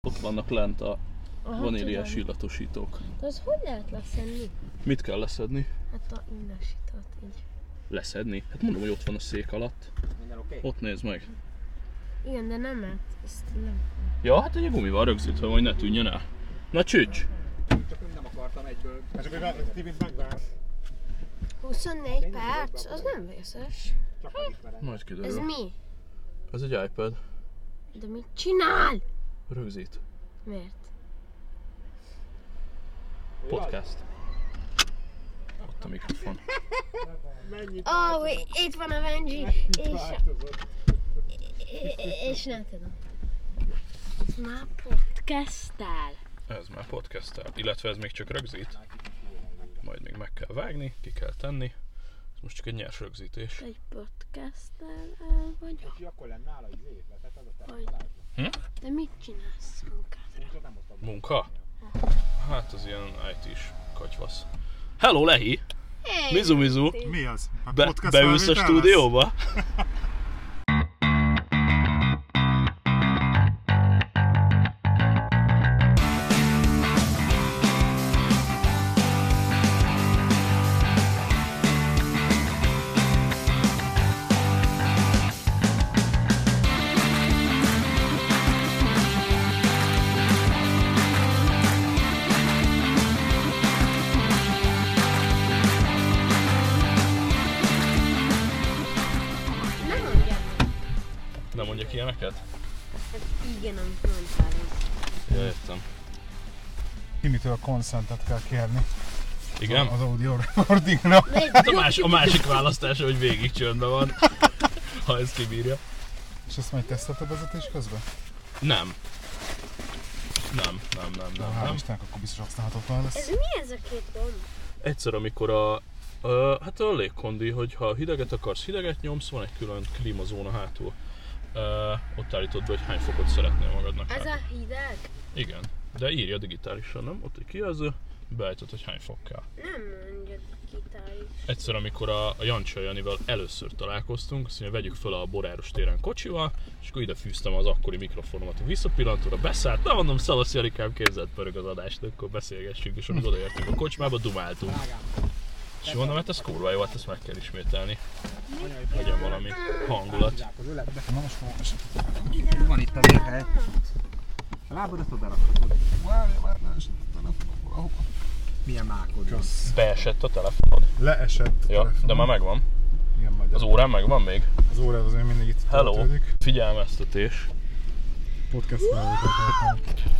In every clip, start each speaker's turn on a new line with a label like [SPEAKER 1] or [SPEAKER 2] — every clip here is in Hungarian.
[SPEAKER 1] Ott vannak lent a vaníliás illatosítók.
[SPEAKER 2] De az hogy lehet leszedni?
[SPEAKER 1] Mit kell leszedni?
[SPEAKER 2] Hát a illasítót így.
[SPEAKER 1] Leszedni? Hát mondom, hogy ott van a szék alatt.
[SPEAKER 3] Minden oké?
[SPEAKER 1] Ott nézd meg.
[SPEAKER 2] Igen, de nem mert ezt nem.
[SPEAKER 1] Ja, hát egy gumival rögzítve, hogy ne tűnjön el. Na csücs!
[SPEAKER 3] Csak nem akartam egyből.
[SPEAKER 4] Csak hogy Tibit megvársz.
[SPEAKER 2] 24 perc? Az nem vészes.
[SPEAKER 3] Csak megismerem.
[SPEAKER 1] Majd
[SPEAKER 2] Ez
[SPEAKER 1] kiderül.
[SPEAKER 2] mi?
[SPEAKER 1] Ez egy iPad.
[SPEAKER 2] De mit csinál?
[SPEAKER 1] Rögzít.
[SPEAKER 2] Miért?
[SPEAKER 1] Podcast. Ott a mikrofon.
[SPEAKER 2] Itt van a Benji, és nem tudom. Ez már podcastel.
[SPEAKER 1] Ez már podcastel. Illetve ez még csak rögzít. Majd még meg kell vágni, ki kell tenni. Ez most csak egy nyers rögzítés.
[SPEAKER 2] Egy podcastel el vagyok.
[SPEAKER 3] Ki akkor lenne nála izé? Letett az a
[SPEAKER 2] Hogy?
[SPEAKER 3] telefonát?
[SPEAKER 2] De mit csinálsz munkádra?
[SPEAKER 3] Csak nem hoztam.
[SPEAKER 1] Munka? Hát az ilyen IT-s katyvasz. Hello Lehi!
[SPEAKER 2] Hey,
[SPEAKER 1] Mizu!
[SPEAKER 4] Mi az? A podcast
[SPEAKER 1] Beülsz a
[SPEAKER 4] felvétel
[SPEAKER 1] stúdióba?
[SPEAKER 2] nem mondjam.
[SPEAKER 1] Nem mondjak ilyeneket?
[SPEAKER 2] Hát igen, amit mondtál.
[SPEAKER 1] Ja, értem.
[SPEAKER 4] Kimitől a konszentet kell kérni
[SPEAKER 1] Igen?
[SPEAKER 4] az audio recordingra.
[SPEAKER 1] A másik választása, hogy végig csöndben van. Ha ez kibírja.
[SPEAKER 4] És ezt majd tesztelted vezetés közben?
[SPEAKER 1] Nem.
[SPEAKER 4] Hál' Istennek, akkor biztos használhatatlan lesz.
[SPEAKER 2] Ez mi ez a két gomb?
[SPEAKER 1] Egyszer, amikor hát a légkondi, hogyha hideget akarsz, hideget nyomsz, van egy külön klímazóna hátul. Ott állítod be, hogy hány fokot szeretnél magadnak.
[SPEAKER 2] Ez
[SPEAKER 1] hátul.
[SPEAKER 2] a hideg?
[SPEAKER 1] Igen, de írja digitálisan, nem? Ott egy kijelző, beállítod, hogy hány fok kell.
[SPEAKER 2] Nem mondja digitális.
[SPEAKER 1] Egyszer, amikor a Jancsal Janival először találkoztunk, azt mondja, vegyük fel a Boráros téren kocsival, és akkor ide fűztem az akkori mikrofonomat a visszapillantóra, beszállt, na mondom, szavasz Janikám, képzeld, pörög az adást, akkor beszélgessünk, és amíg odaértünk a kocsmába, dumáltunk. És mondom, hát ez kurva jó, hát ezt meg kell ismételni. Legyen valami hangulat.
[SPEAKER 3] Az öletbe.
[SPEAKER 4] Na most már esetleg.
[SPEAKER 3] Van itt a véghely. A lábadat oda rakhatod.
[SPEAKER 4] Várj, ne esett a telefonomból.
[SPEAKER 3] Milyen mákod van.
[SPEAKER 4] Kösz.
[SPEAKER 1] Beesett a telefonod.
[SPEAKER 4] Leesett a
[SPEAKER 1] Ja,
[SPEAKER 4] telefon.
[SPEAKER 1] de már megvan.
[SPEAKER 4] Igen, majd
[SPEAKER 1] Az órán megvan még?
[SPEAKER 4] az órád az még mindig itt
[SPEAKER 1] Hello!
[SPEAKER 4] töltődik.
[SPEAKER 1] Figyelmeztetés.
[SPEAKER 4] Podcast felvétel.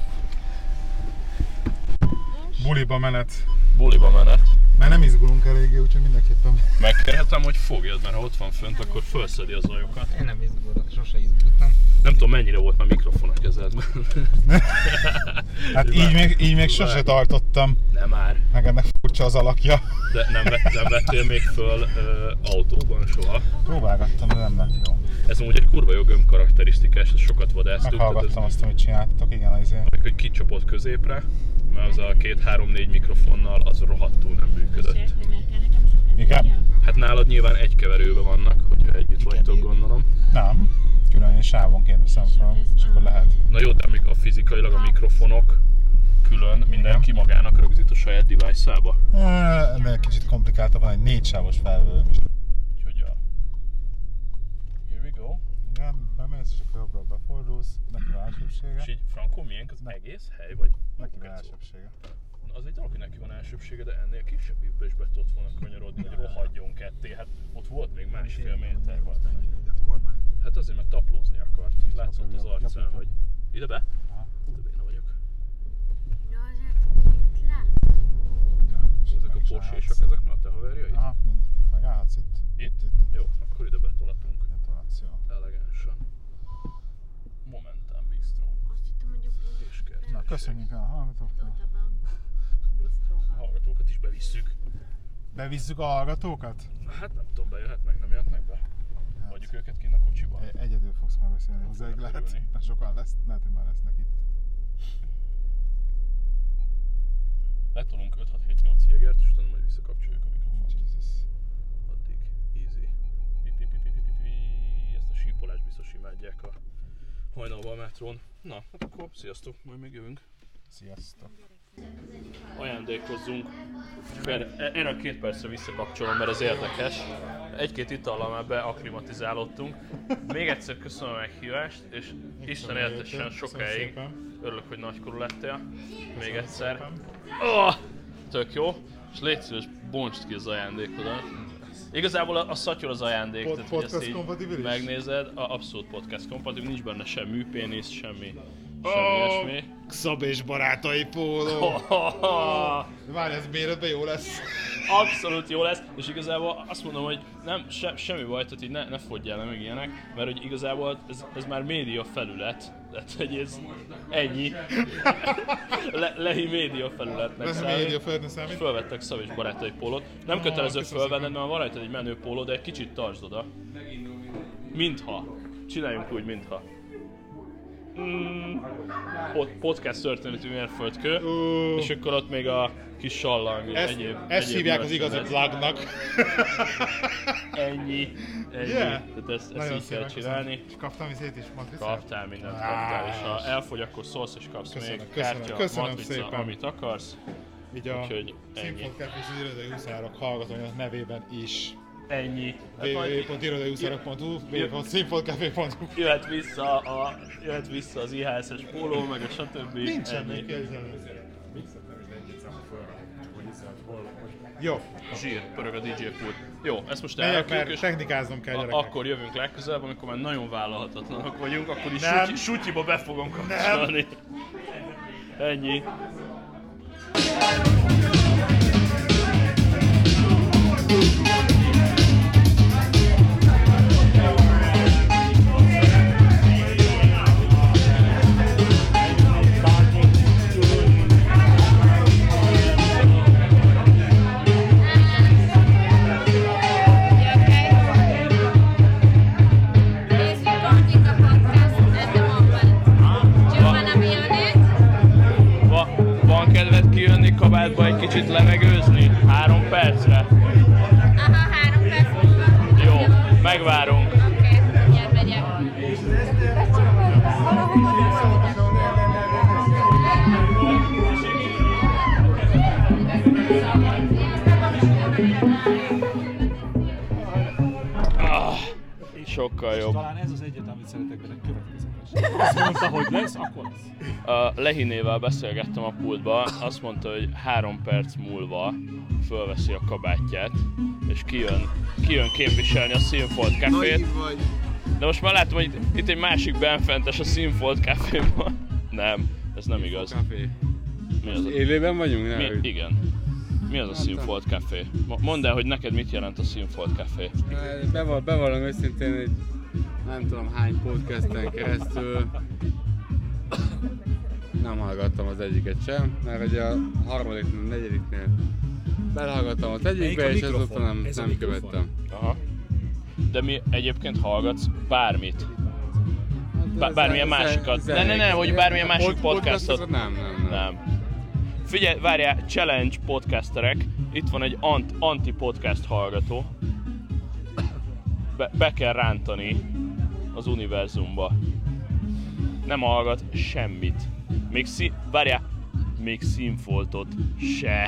[SPEAKER 4] Buliba menet.
[SPEAKER 1] Buliba menet.
[SPEAKER 4] Mert nem izgulunk eléggé, úgyhogy mindenképpen.
[SPEAKER 1] Megkérhetem, hogy fogjad, mert ha ott van fönt, akkor felszedi az ajokat.
[SPEAKER 3] Én nem izgulok, sose izgultam.
[SPEAKER 1] Nem tudom, mennyire volt már mikrofon a kezedben.
[SPEAKER 4] Hát így még sose tartottam.
[SPEAKER 1] Nem már.
[SPEAKER 4] Meg ennek furcsa az alakja.
[SPEAKER 1] De nem vettél még föl autóban soha.
[SPEAKER 4] Próbálgattam, de nem lett jó.
[SPEAKER 1] Ez amúgy egy kurva jó gömb karakterisztikás, ezt sokat vadásztuk.
[SPEAKER 4] Meghallgattam azt, amit csináltatok, igen, azért.
[SPEAKER 1] Hogy kicsapott középre, mert az a 2-3-4 mikrofonnal az rohadtul nem működött.
[SPEAKER 4] Igen?
[SPEAKER 1] Hát nálad nyilván egy keverőben vannak, hogyha együtt vagytok, gondolom.
[SPEAKER 4] Nem. Külön egy sávonként veszem fel, és akkor lehet.
[SPEAKER 1] Na jó, de a fizikailag a mikrofonok külön mindenki magának rögzít a saját device-ába.
[SPEAKER 4] De kicsit komplikáltabb, van egy 4 sávos felvevőm is.
[SPEAKER 1] Úgyhogy ja. Here we go.
[SPEAKER 4] Igen, bemész, és akkor jobbra befordulsz, neki van elsőbsége.
[SPEAKER 1] És így Franco, milyen az egész hely, vagy
[SPEAKER 4] Neki van
[SPEAKER 1] Gecó?
[SPEAKER 4] elsőbsége.
[SPEAKER 1] Na, az egy dolog, hogy neki van elsőbsége, de ennél kisebb lyukba is be tudott volna kanyarodni, hogy rohadjon ketté. Hát ott volt még másfél méter. Hát azért, mert taplózni akart. Tehát látszott az arcán, hogy ide be?
[SPEAKER 4] Aha.
[SPEAKER 1] De béna vagyok.
[SPEAKER 2] Na azért itt le.
[SPEAKER 1] És ezek a porsések, ezek már a te haverjaid?
[SPEAKER 4] Aha, mind. Megállhatsz itt.
[SPEAKER 1] Itt? Jó, akkor ide betolatunk.
[SPEAKER 4] Detonáció.
[SPEAKER 1] Elegánsan. Momentán Bistro.
[SPEAKER 2] Azt hittem, hogy a buli.
[SPEAKER 1] És kertes.
[SPEAKER 4] Na, köszönjük a hallgatóknak.
[SPEAKER 1] A hallgatókat is bevisszük.
[SPEAKER 4] Bevisszük a hallgatókat?
[SPEAKER 1] Hát nem tudom, bejöhetnek, nem jöhetnek be? Hagyjuk őket kint a kocsiba.
[SPEAKER 4] Egyedül fogsz már beszélni hozzáig,
[SPEAKER 1] fognak
[SPEAKER 4] lehet.
[SPEAKER 1] örülni.
[SPEAKER 4] De sokan lesz, lehet, hogy már lesznek itt.
[SPEAKER 1] Letolunk 5-6-7-8 jégert, és utána majd visszakapcsoljuk a mikrofont.
[SPEAKER 4] Jesus.
[SPEAKER 1] Addig easy. Pi. Ezt a sípolást biztos imádják a hajnalban a metrón. Na, hát akkor sziasztok, majd még jövünk.
[SPEAKER 4] Sziasztok.
[SPEAKER 1] Ajándékozzunk. Erre a 2 percre visszakapcsolom, mert ez érdekes. Egy-két itallal már beakklimatizálódtunk. Még egyszer köszönöm a meghívást, és Isten éltessen sokáig. Örülök, hogy nagykorú lettél. Még egyszer. Oh, tök jó. És légy szíves, bontsd ki az ajándékodat. Igazából a szatyor az ajándék, tehát hogy ezt így megnézed, abszolút podcast kompatibilis, nincs benne sem műpénisz, semmi ilyesmi.
[SPEAKER 4] Xab és barátai póló. Várj, ez méretben jó lesz.
[SPEAKER 1] Abszolút jó lesz, és igazából azt mondom, hogy nem, semmi baj, tehát így ne fogyjál le meg ilyenek, mert hogy igazából ez már média felület, tehát hogy ez ennyi. Lehi média felületnek számít. Fölvettek Szab és barátai pólót. Nem kötelező fölvenned, mert van rajtad egy menő póló, de egy kicsit tartsd oda. Mintha. Csináljunk úgy, mintha. Podcast történetű mérföldkő, és akkor ott még a kis sallang,
[SPEAKER 4] ezt hívják az igazi plugnak.
[SPEAKER 1] Ennyi. Yeah. Tehát ezt így kell csinálni.
[SPEAKER 4] És kaptam izét is, matricát?
[SPEAKER 1] Kaptál mindent, kaptál, és ha elfogy, akkor szólsz és kapsz még kártya, matrica, amit akarsz.
[SPEAKER 4] Így a Színfolt és az Irodai Huszárok hallgatóinak nevében is.
[SPEAKER 1] Ennyi.
[SPEAKER 4] www.irodaihuszárok.hu, www.színfoltcafé.hu.
[SPEAKER 1] Jöhet vissza az IHS-es póló, meg a stb.
[SPEAKER 4] Nincsen még kezdeni. Jó.
[SPEAKER 1] Zsír, pörög a DJ pult. Jó, ezt most elrakjuk, és
[SPEAKER 4] technikáznom kell, gyerekek.
[SPEAKER 1] Akkor jövünk legközelebb, amikor már nagyon vállalhatatlanok vagyunk, akkor is sutyiba be fogom kapcsolni. Ennyi. Van kedved kijönni kabátba egy kicsit levegőzni? 3 percre?
[SPEAKER 2] Aha, 3 perc múlva.
[SPEAKER 1] Jó, megvárunk.
[SPEAKER 2] Oké, gyere, megyek.
[SPEAKER 1] Sokkal jobb.
[SPEAKER 3] Talán ez az egyet, amit szeretek benne következetes. Azt mondta, hogy lesz, akkor lesz.
[SPEAKER 1] A Lehinével beszélgettem a pultba, azt mondta, hogy 3 perc múlva fölveszi a kabátját, és kijön képviselni a Színfolt Cafét. De most már látom, hogy itt egy másik benfentes a Színfolt Caféban. Nem, ez nem igaz. Mi az
[SPEAKER 5] Élőben vagyunk? Nem,
[SPEAKER 1] igen. Mi az a Színfolt Café? Mondd el, hogy neked mit jelent a Színfolt Café.
[SPEAKER 5] Bevallom őszintén, hogy nem tudom hány podcasten keresztül nem hallgattam az egyiket sem, mert ugye a harmadiknél, negyediknél belehallgattam az egyikbe, és azóta nem követtem.
[SPEAKER 1] Aha. De mi egyébként hallgatsz bármit? Bármilyen másikat? Ne, hogy bármilyen másik podcastot? Nem. Figyelj, várjál, challenge podcasterek, itt van egy anti-podcast hallgató. Be kell rántani az univerzumba. Nem hallgat semmit. Még Színfoltot se.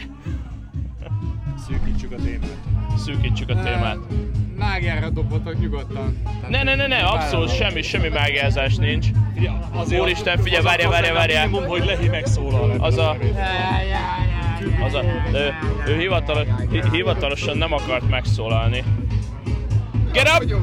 [SPEAKER 1] Szűkítsük a témát.
[SPEAKER 5] Mágiára dobhatok nyugodtan.
[SPEAKER 1] Ne, abszolút semmi mágiázás nincs. Úristen, figyelj, várjál.
[SPEAKER 3] Mondom, hogy Lehi megszólal.
[SPEAKER 1] Ő hivatalosan nem akart megszólalni. Get up!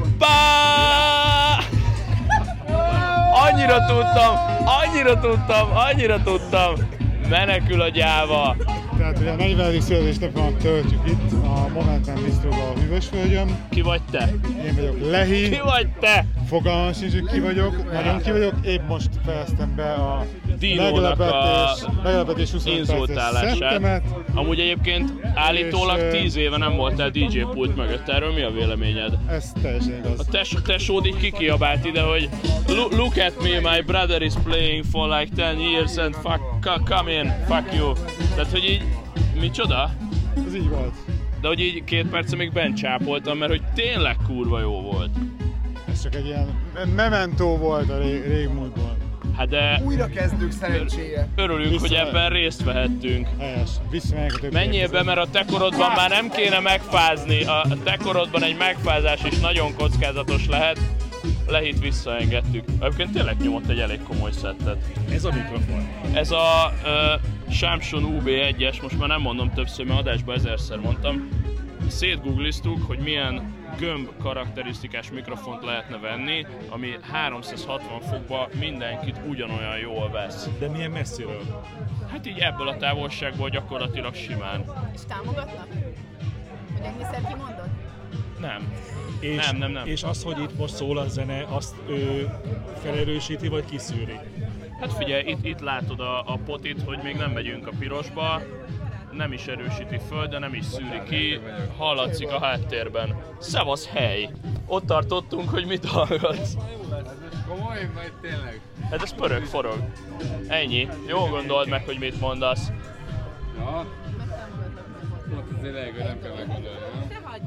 [SPEAKER 1] Annyira tudtam! Menekül a gyáva!
[SPEAKER 4] Tehát ugye a 40. születésnapot töltjük itt a Momentum Bistróban a Hűvösvölgyön.
[SPEAKER 1] Ki vagy te?
[SPEAKER 4] Én vagyok Lehi.
[SPEAKER 1] Ki vagy te?
[SPEAKER 4] Fogalmam sincs, hogy ki vagyok. Nagyon ki vagyok. Épp most fejeztem be a meglepetés 25 perces szettemet.
[SPEAKER 1] Amúgy egyébként állítólag 10 éve nem voltál DJ pult mögött. Erről mi a véleményed?
[SPEAKER 4] Ez teljesen igaz.
[SPEAKER 1] A tesód így kikiabált ide, hogy look at me, my brother is playing for like 10 years and come in, fuck you. Tehát, hogy így, micsoda?
[SPEAKER 4] Ez így volt.
[SPEAKER 1] De hogy így 2 perce még bent csápoltam, mert hogy tényleg kurva jó volt.
[SPEAKER 4] ez csak egy ilyen memento volt a régmúltból.
[SPEAKER 1] Hát de
[SPEAKER 6] Újra kezdők szerencsére.
[SPEAKER 1] örülünk, hogy ebben részt vehettünk.
[SPEAKER 4] Helyes, visszamegyek a többi.
[SPEAKER 1] Menjél be, mert a te korodban már nem kéne megfázni. A te korodban egy megfázás is nagyon kockázatos lehet. Lehit visszaengedtük. Egyébként tényleg nyomott egy elég komoly szettet.
[SPEAKER 3] Ez a mikrofon.
[SPEAKER 1] Ez a Samsung UB1-es, most már nem mondom többször, mert adásban 1000-szer mondtam. Szétgoogliztuk, hogy milyen gömb karakterisztikás mikrofont lehetne venni, ami 360 fokba mindenkit ugyanolyan jól vesz.
[SPEAKER 3] De milyen messziről?
[SPEAKER 1] Hát így ebből a távolságból gyakorlatilag simán.
[SPEAKER 2] És támogatnak? Hogy ennyiszer kimondod?
[SPEAKER 1] Nem.
[SPEAKER 3] És,
[SPEAKER 1] Nem.
[SPEAKER 3] És az, hogy itt most szól a zene, azt felerősíti vagy kiszűri?
[SPEAKER 1] Hát figyelj, itt látod a potit, hogy még nem megyünk a pirosba, nem is erősíti föl, de nem is szűri ki, hallatszik a háttérben. Szevasz hely! Ott tartottunk, hogy mit hallgatsz.
[SPEAKER 5] Komoly, vagy tényleg?
[SPEAKER 1] Hát ez pörög, forog. Ennyi. Jól gondold meg, hogy mit mondasz.
[SPEAKER 5] Ja. Ott az elég, hogy nem kell meggondolni, nem?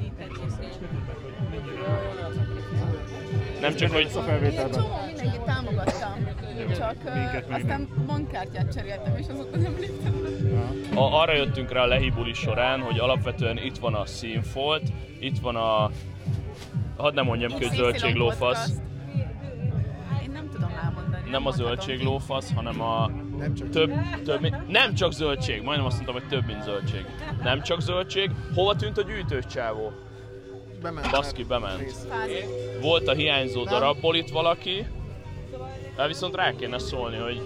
[SPEAKER 1] Nem csak, hogy...
[SPEAKER 2] Én csomó mindenkit támogattam. Csak aztán bankkártyát cseréltem, és azóta nem léptem.
[SPEAKER 1] Arra jöttünk rá a Lehibuli során, hogy alapvetően itt van a színfolt, itt van a... Hadd nem mondjam ki, hogy zöldséglófasz.
[SPEAKER 2] Én nem tudom elmondani.
[SPEAKER 1] Nem a zöldséglófasz, hanem a... Nem csak zöldség, majdnem azt mondtam, hogy több, mint zöldség. Nem csak zöldség. Hova tűnt a gyűjtős csávó?
[SPEAKER 6] Bement.
[SPEAKER 1] Baszki, bement.
[SPEAKER 2] Fázik.
[SPEAKER 1] Volt a hiányzó darabból itt valaki, de viszont rá kéne szólni, hogy...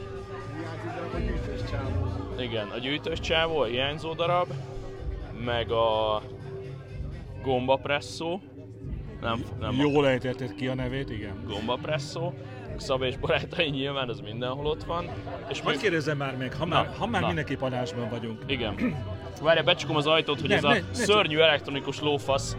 [SPEAKER 1] Igen, a gyűjtős csávó, a hiányzó darab, meg a gombapresszó. Nem
[SPEAKER 3] Jól ejtetted ki a nevét, igen.
[SPEAKER 1] Gombapresszó. Szabé és barátai nyilván, az mindenhol ott van. És
[SPEAKER 3] Hadd kérdezzem már meg, ha már mindenképp adásban vagyunk.
[SPEAKER 1] Igen. Várjál, becsukom az ajtót, hogy ez a szörnyű elektronikus lófasz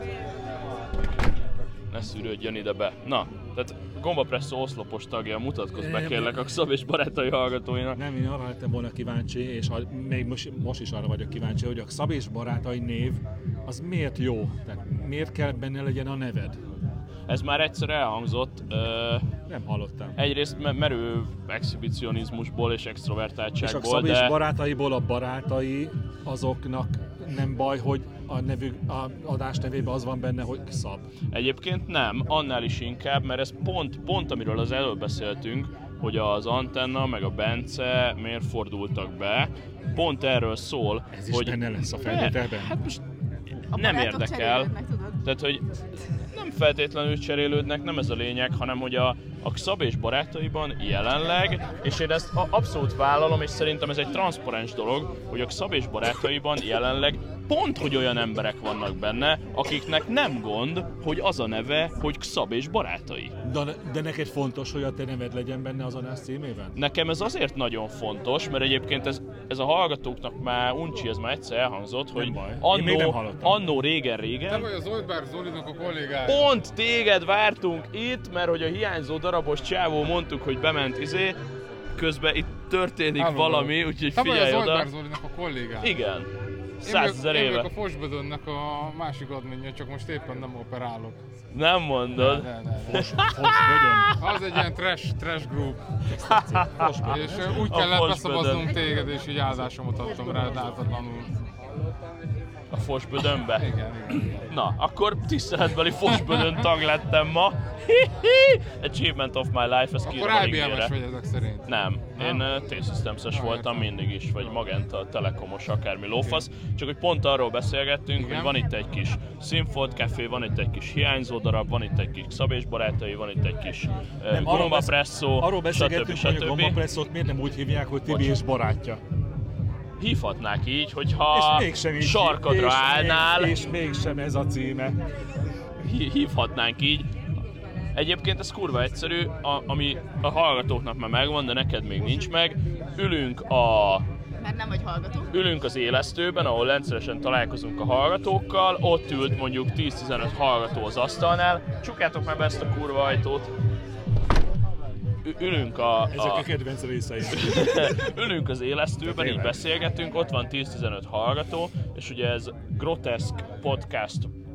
[SPEAKER 1] ne szűrődjön ide be. Na, tehát Gombapresszó oszlopos tagja, mutatkozz be kérlek a Szabé és barátai hallgatóinak.
[SPEAKER 3] Nem, én arra lettem volna kíváncsi, és még most is arra vagyok kíváncsi, hogy a Szabé és barátai név az miért jó? Tehát miért kell benne legyen a neved?
[SPEAKER 1] Ez már egyszer elhangzott.
[SPEAKER 3] Nem hallottam.
[SPEAKER 1] Egyrészt merő exhibicionizmusból és extrovertáltságból,
[SPEAKER 3] és a Szabé és barátaiból a barátai azoknak nem baj, hogy a nevük, a adás nevében az van benne, hogy Szab.
[SPEAKER 1] Egyébként nem, annál is inkább, mert ez pont amiről az előbb beszéltünk, hogy az Antenna meg a Bence miért fordultak be, pont erről szól,
[SPEAKER 3] ez is
[SPEAKER 1] hogy...
[SPEAKER 3] benne lesz a felvételben?
[SPEAKER 1] Hát most
[SPEAKER 2] A
[SPEAKER 1] nem
[SPEAKER 2] barátok
[SPEAKER 1] érdekel.
[SPEAKER 2] cserélődnek, tudod?
[SPEAKER 1] Tehát, hogy nem feltétlenül cserélődnek, nem ez a lényeg, hanem hogy a Szabé és barátaiban jelenleg, és én ezt abszolút vállalom, és szerintem ez egy transzparens dolog, hogy a Szabé és barátaiban jelenleg pont, hogy olyan emberek vannak benne, akiknek nem gond, hogy az a neve, hogy Szabé és barátai.
[SPEAKER 3] De neked fontos, hogy a te neved legyen benne az adás címében?
[SPEAKER 1] Nekem ez azért nagyon fontos, mert egyébként ez a hallgatóknak már uncsi, ez már egyszer elhangzott, hogy annó régen.
[SPEAKER 5] Te vagy az Oldbár Zolinak a kollégája.
[SPEAKER 1] Pont téged vártunk itt, mert hogy a hiányzó darabos csávó mondtuk, hogy bement közben itt történik valami, úgyhogy figyelj oda.
[SPEAKER 5] Te vagy az Oldbár Zolinak a kollégája.
[SPEAKER 1] Igen. 100 000 éve.
[SPEAKER 5] Én vagyok a Fosbödönnek a másik adminja, csak most éppen nem operálok.
[SPEAKER 1] Nem mondod.
[SPEAKER 5] De.
[SPEAKER 3] Fosbödön?
[SPEAKER 5] Az egy ilyen trash group. És úgy kellett beszavaznunk téged, és így áldásomat adtam rá, áltatlanul.
[SPEAKER 1] A Fosbödönbe?
[SPEAKER 5] Igen.
[SPEAKER 1] Na, akkor tiszteletbeli Fosbödön tag lettem ma. Achievement of my life, ez kírom a
[SPEAKER 5] Akkor
[SPEAKER 1] ringére.
[SPEAKER 5] IBM-es vagy ezek szerint?
[SPEAKER 1] Nem, én T-Systems-es voltam mindig is, vagy Magenta, Telekomos, akármi lófasz. Csak hogy pont arról beszélgettünk,
[SPEAKER 5] igen,
[SPEAKER 1] hogy van itt egy kis Színfolt Café, van itt egy kis hiányzó darab, van itt egy kis Szabé és barátai, van itt egy kis Gombapresszó,
[SPEAKER 3] Arról beszélgettünk, hogy a Gombapresszót miért nem úgy hívják, hogy Tibi és barátja.
[SPEAKER 1] Hívhatnák így, hogyha sarkadra állnál.
[SPEAKER 3] És mégsem ez a címe.
[SPEAKER 1] Hívhatnánk így. Egyébként ez kurva egyszerű, ami a hallgatóknak már megvan, de neked még nincs meg.
[SPEAKER 2] Mert nem vagy hallgató.
[SPEAKER 1] Ülünk az élesztőben, ahol rendszeresen találkozunk a hallgatókkal, ott ült mondjuk 10-15 hallgató az asztalnál. Csukjátok már be ezt a kurva ajtót. Ülünk
[SPEAKER 3] ezek a kedvenc részeim.
[SPEAKER 1] Ülünk az élesztőben, így beszélgetünk, ott van 10-15 hallgató, és ugye ez Groteszk Podcast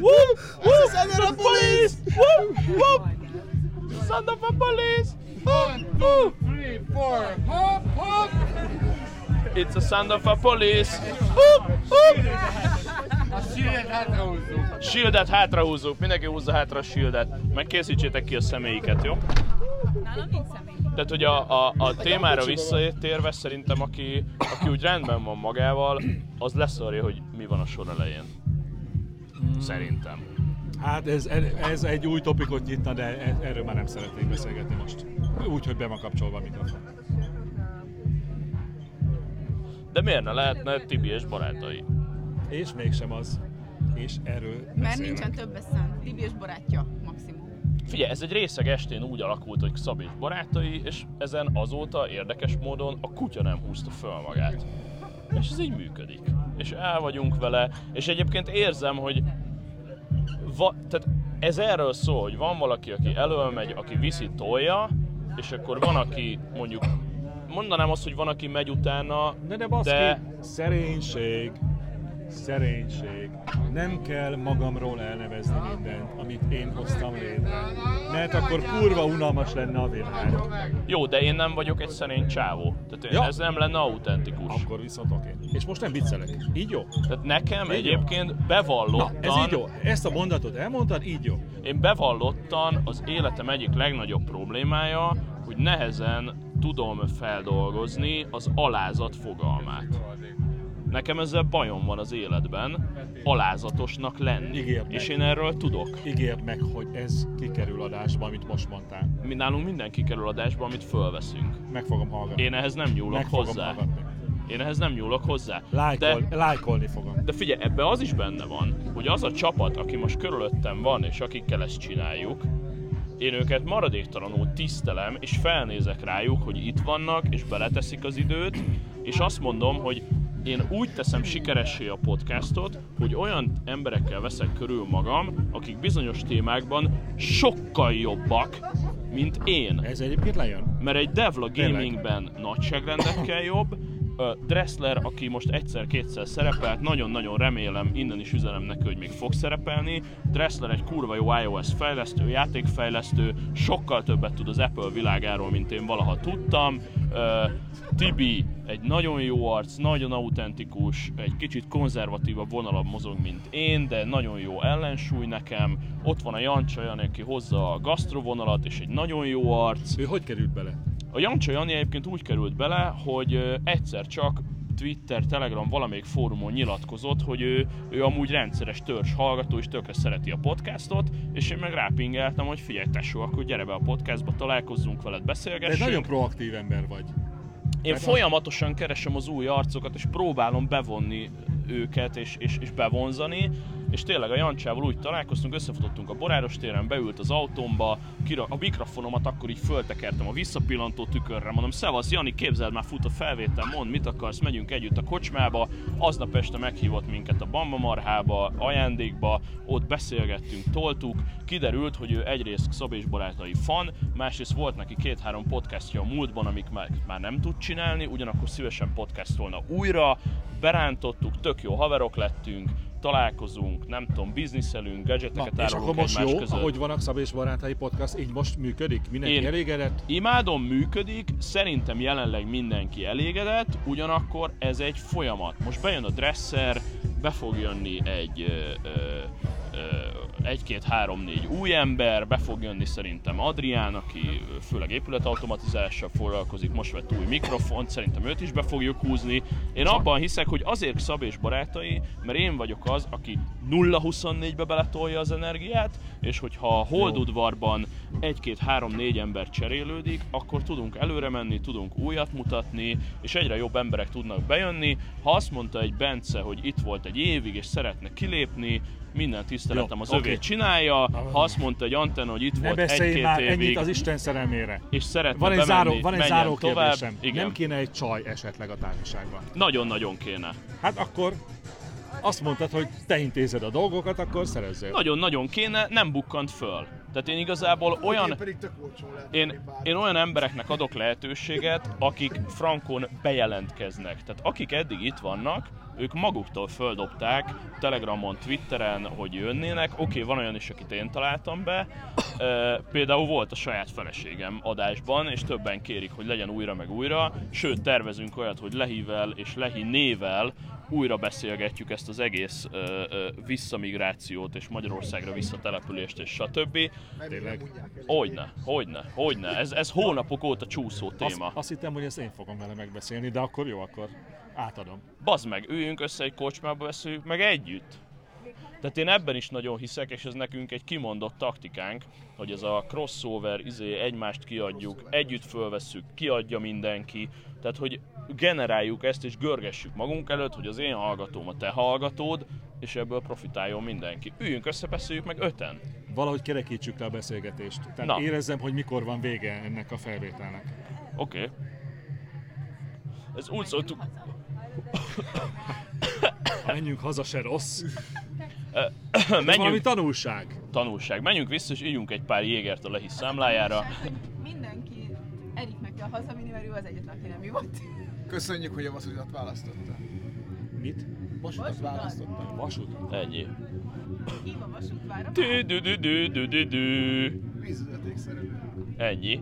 [SPEAKER 1] Whoop! Whoop!
[SPEAKER 6] Son of a police!
[SPEAKER 1] Whoop! Whoop! Son of a police!
[SPEAKER 5] 1, 2, 3, 4, hop, hop!
[SPEAKER 1] It's a son of a police! Whoop! Whoop!
[SPEAKER 5] A shieldet hátrahúzzuk.
[SPEAKER 1] Shieldet hátrahúzzuk, mindenki húzza hátra a shieldet, meg készítsétek ki a személyiket, jó?
[SPEAKER 2] Nálam nincs személy.
[SPEAKER 1] Tehát, hogy a témára visszatérve szerintem, aki úgy rendben van magával, az leszarja, hogy mi van a sor elején. Szerintem.
[SPEAKER 3] Hát ez egy új topikot nyitna, de erről már nem szeretnék beszélgetni most. Úgy, hogy be van kapcsolva a mikrofon.
[SPEAKER 1] De miért ne lehetne Tibi és barátai?
[SPEAKER 3] És mégsem az. És erről
[SPEAKER 2] Mert
[SPEAKER 3] beszélek.
[SPEAKER 2] nincsen több eszem. Tibi és barátja, maximum.
[SPEAKER 1] Figyelj, ez egy részeg estén úgy alakult, hogy Szabi és barátai, és ezen azóta érdekes módon a kutya nem húzta föl magát. És ez így működik. És el vagyunk vele, és egyébként érzem, hogy tehát ez erről szól, hogy van valaki, aki elölmegy, aki viszi tolja, és akkor van, aki mondjuk, mondanám azt, hogy van, aki megy utána,
[SPEAKER 3] De baszki, szerénység. Nem kell magamról elnevezni mindent, amit én hoztam létre. Mert akkor kurva unalmas lenne a világ.
[SPEAKER 1] Jó, de én nem vagyok egy szerény csávó. Tehát ez nem lenne autentikus.
[SPEAKER 3] Akkor viszont oké. És most nem viccelek. Így jó?
[SPEAKER 1] Tehát nekem
[SPEAKER 3] Így
[SPEAKER 1] egyébként
[SPEAKER 3] Na,
[SPEAKER 1] bevallottan...
[SPEAKER 3] ez így jó. Ezt a mondatot elmondtad, így jó.
[SPEAKER 1] Én bevallottan az életem egyik legnagyobb problémája, hogy nehezen tudom feldolgozni az alázat fogalmát. Nekem ezzel bajom van az életben, alázatosnak lenni.
[SPEAKER 3] Ígérd
[SPEAKER 1] És
[SPEAKER 3] meg.
[SPEAKER 1] én erről tudok.
[SPEAKER 3] Ígérd meg, hogy ez kikerül adásba, amit most mondtál.
[SPEAKER 1] Mi nálunk mindenki kerül adásba, amit fölveszünk.
[SPEAKER 3] Meg fogom hallgatni.
[SPEAKER 1] Én ehhez nem nyúlok
[SPEAKER 3] Meg fogom
[SPEAKER 1] hozzá.
[SPEAKER 3] hallgatni.
[SPEAKER 1] Én ehhez nem nyúlok hozzá.
[SPEAKER 3] Lájkolni fogom.
[SPEAKER 1] De figyelj, ebbe az is benne van, hogy az a csapat, aki most körülöttem van, és akikkel ezt csináljuk, én őket maradéktalanul tisztelem, és felnézek rájuk, hogy itt vannak, és beleteszik az időt, és azt mondom, hogy én úgy teszem sikeressé a podcastot, hogy olyan emberekkel veszek körül magam, akik bizonyos témákban sokkal jobbak, mint én.
[SPEAKER 3] Ez egyébként lejön.
[SPEAKER 1] Mert egy Devla Gamingben nagyságrendekkel jobb, Dressler, aki most egyszer-kétszer szerepelt, nagyon-nagyon remélem, innen is üzenem neki, hogy még fog szerepelni. Dressler egy kurva jó iOS fejlesztő, játékfejlesztő, sokkal többet tud az Apple világáról, mint én valaha tudtam. Tibi egy nagyon jó arc, nagyon autentikus, egy kicsit konzervatívabb vonalabb mozog, mint én, de nagyon jó ellensúly nekem. Ott van a Jancsa Jani, aki hozza a gasztrovonalat, és egy nagyon jó arc.
[SPEAKER 3] Ő hogy került bele?
[SPEAKER 1] A Jancsa Jani egyébként úgy került bele, hogy egyszer csak Twitter, Telegram, valamelyik fórumon nyilatkozott, hogy ő amúgy rendszeres törzs hallgató, és tökre szereti a podcastot, és én meg rápingeltem, hogy figyelj tesó, akkor gyere be a podcastba, találkozzunk veled, beszélgessünk.
[SPEAKER 3] De nagyon proaktív ember vagy.
[SPEAKER 1] Én folyamatosan keresem az új arcokat, és próbálom bevonni őket, és bevonzani, és tényleg a Jancsával úgy találkoztunk, összefutottunk a Boráros téren, beült az autómba, a mikrofonomat akkor így föltekertem a visszapillantó tükörre, mondom, szevasz Jani, képzeld már, fut a felvétel, mondd, mit akarsz, megyünk együtt a kocsmába. Aznap este meghívott minket a Bamba Marhába, ajándékba, ott beszélgettünk, toltuk, kiderült, hogy ő egyrészt Szabé és barátai fan, másrészt volt neki 2-3 podcastja a múltban, amik már nem tud csinálni, ugyanakkor szívesen podcastolna újra, berántottuk, tök jó haverok lettünk, találkozunk, nem tudom, bizniszelünk, gadgeteket
[SPEAKER 3] és
[SPEAKER 1] árulunk
[SPEAKER 3] akkor most
[SPEAKER 1] egymás
[SPEAKER 3] jó,
[SPEAKER 1] között.
[SPEAKER 3] ahogy vannak Szabé és barátai podcast, így most működik? Mindenki elégedett?
[SPEAKER 1] Imádom, működik, szerintem jelenleg mindenki elégedett, ugyanakkor ez egy folyamat. Most bejön a Dresser, be fog jönni egy-két, 3-4 új ember, be fog jönni szerintem Adrián, aki főleg épületautomatizálással foglalkozik, most vett új mikrofont, szerintem őt is be fogjuk húzni. Én abban hiszek, hogy azért Szabé és barátai, mert én vagyok az, aki 0-24-be beletolja az energiát, és hogyha a Holdudvarban 1-2-3-4 ember cserélődik, akkor tudunk előre menni, tudunk újat mutatni, és egyre jobb emberek tudnak bejönni. Ha azt mondta egy Bence, hogy itt volt egy évig, és szeretne kilépni, minden tiszteletem az övét csinálja. Ha azt mondta egy Antenna, hogy itt volt 1-2 évig,
[SPEAKER 3] ennyit az Isten szerelmére.
[SPEAKER 1] és szeretne
[SPEAKER 3] Van egy
[SPEAKER 1] bemenni,
[SPEAKER 3] záró
[SPEAKER 1] tovább.
[SPEAKER 3] kérdésem.
[SPEAKER 1] Igen.
[SPEAKER 3] Nem kéne egy csaj esetleg a társaságban?
[SPEAKER 1] Nagyon-nagyon kéne.
[SPEAKER 3] Hát akkor azt mondtad, hogy te intézed a dolgokat, akkor szerezzél.
[SPEAKER 1] Nagyon-nagyon kéne, nem bukkant föl. Tehát én igazából olyan... Én olyan embereknek adok lehetőséget, akik frankon bejelentkeznek. Tehát akik eddig itt vannak, ők maguktól földobták Telegramon, Twitteren, hogy jönnének. Oké, van olyan is, akit én találtam be. Például volt a saját feleségem adásban, és többen kérik, hogy legyen újra meg újra. Sőt, tervezünk olyat, hogy Lehivel és Lehi nével újra beszélgetjük ezt az egész visszamigrációt és Magyarországra visszatelepülést és stb.
[SPEAKER 3] Tényleg.
[SPEAKER 1] Hogyne. Ez hónapok óta csúszó téma.
[SPEAKER 3] Azt hittem, hogy ezt én fogom vele megbeszélni, de akkor jó, akkor átadom.
[SPEAKER 1] Bazd meg, üljünk össze egy kocsmába, beszéljük meg együtt. Tehát én ebben is nagyon hiszek, és ez nekünk egy kimondott taktikánk, hogy ez a crossover, egymást kiadjuk, együtt fölvesszük, kiadja mindenki. Tehát, hogy generáljuk ezt és görgessük magunk előtt, hogy az én hallgatóm a te hallgatód, és ebből profitáljon mindenki. Üljünk össze, beszéljük meg 5-en.
[SPEAKER 3] Valahogy kerekítsük le a beszélgetést. Tehát
[SPEAKER 1] Na.
[SPEAKER 3] érezzem, hogy mikor van vége ennek a felvételnek.
[SPEAKER 1] Oké. Ez úgy szóltuk...
[SPEAKER 3] Menjünk haza, se rossz. Ez
[SPEAKER 1] Menjünk...
[SPEAKER 3] valami tanulság.
[SPEAKER 1] Menjünk vissza és ígyunk egy pár jégert a Lehi számlájára.
[SPEAKER 2] Hogy mindenki Eriknek kell hazavinni, mert ő az egyetlen, aki nem ivott.
[SPEAKER 6] Köszönjük, hogy a vasutat választotta.
[SPEAKER 3] Mit?
[SPEAKER 6] Vasutat választotta.
[SPEAKER 3] Vasút?
[SPEAKER 1] Ennyi.
[SPEAKER 2] Így a vasútvára.
[SPEAKER 6] Vízvezetékszerelő.
[SPEAKER 1] Ennyi.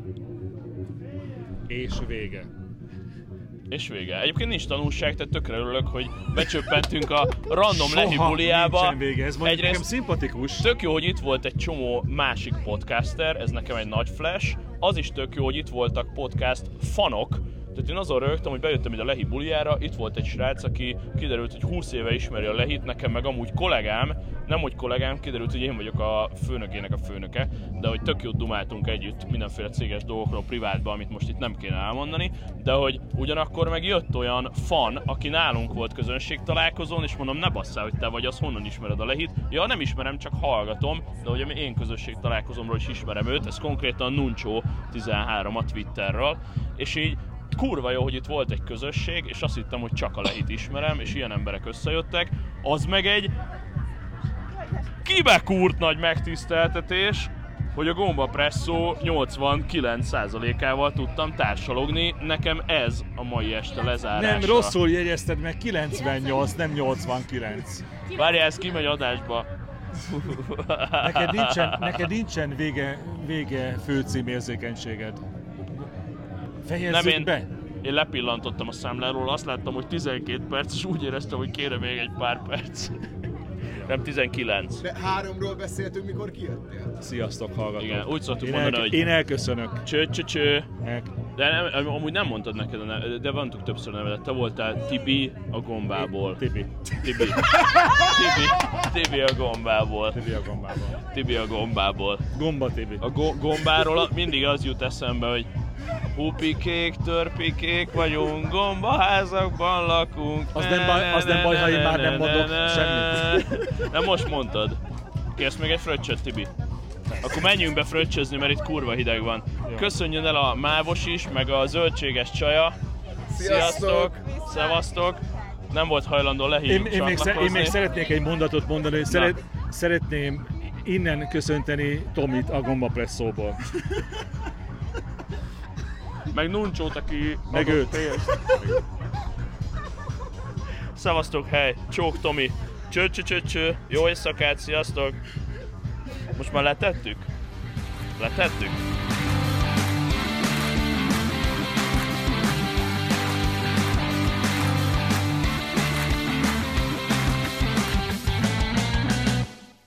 [SPEAKER 3] És vége.
[SPEAKER 1] És vége. Egyébként nincs tanulság, tehát tökre örülök, hogy becsöppentünk a random
[SPEAKER 3] Soha
[SPEAKER 1] Lehi buliába.
[SPEAKER 3] nincsen vége, ez mondjuk nekem szimpatikus.
[SPEAKER 1] Tök jó, hogy itt volt egy csomó másik podcaster, ez nekem egy nagy flash. Az is tök jó, hogy itt voltak podcast fanok, Tehát én azon rögtem, hogy bejöttem ide a Lehi bulijára, itt volt egy srác, aki kiderült, hogy 20 éve ismeri a Lehit, nekem meg amúgy kollégám, nem hogy kollégám, kiderült, hogy én vagyok a főnökének a főnöke, de hogy tök jót dumáltunk együtt mindenféle céges dolgokról privátban, amit most itt nem kéne elmondani, de hogy ugyanakkor meg jött olyan fan, aki nálunk volt közönségtalálkozón, és mondom, ne basszál, hogy te vagy, az honnan ismered a Lehit? Ja, nem ismerem, csak hallgatom, de hogy én közönségtalálkozomról is ismerem őt, ez konkrétan Nuncsó 13 a Twitterről, és így kurva jó, hogy itt volt egy közösség, és azt hittem, hogy csak a Lehit ismerem, és ilyen emberek összejöttek, az meg egy kibekúrt nagy megtiszteltetés, hogy a Gomba Presszó 89%-ával tudtam társalogni. Nekem ez a mai este lezárása.
[SPEAKER 3] Nem, rosszul jegyezted meg, 98, nem 89.
[SPEAKER 1] Várjál, ez kimegy adásba.
[SPEAKER 3] Neked nincsen vége főcímérzékenységed.
[SPEAKER 1] Nem,
[SPEAKER 3] Fejezzük be!
[SPEAKER 1] Én lepillantottam a számláról, azt láttam, hogy 12 perc, és úgy éreztem, hogy kéne még egy pár perc. Nem, 19.
[SPEAKER 6] De 3-ról beszéltünk, mikor kijöttél?
[SPEAKER 3] Sziasztok, hallgatók!
[SPEAKER 1] Igen, úgy szoktuk mondani, hogy
[SPEAKER 3] én elköszönök.
[SPEAKER 1] Cső. De nem, amúgy nem mondtad neked, de mondtuk többször nevedet. Te voltál Tibi a gombából. Tibi a gombából. Tibi a gombából.
[SPEAKER 3] Gomba Tibi.
[SPEAKER 1] A gombáról mindig az jut eszembe, hogy hupikék, törpikék vagyunk, gombaházakban lakunk.
[SPEAKER 3] Az nem baj, ha én már nem mondok semmit.
[SPEAKER 1] Nem, most mondtad. Kérsz még egy fröccsöt, Tibi? Akkor menjünk be fröccsözni, mert itt kurva hideg van. Köszönjön el a mávos is, meg a zöldséges csaja. Sziasztok! Szevasztok! Nem volt hajlandó Lehi csatlakozni.
[SPEAKER 3] Én még szeretnék egy mondatot mondani, hogy szeretném innen köszönteni Tomit a Gomba Presszóból.
[SPEAKER 1] Meg Nuncsót, aki
[SPEAKER 3] meg őt.
[SPEAKER 1] Szevasztok, hely! Csók Tomi! Cső! Jó éjszakát, sziasztok! Most már letettük? Letettük?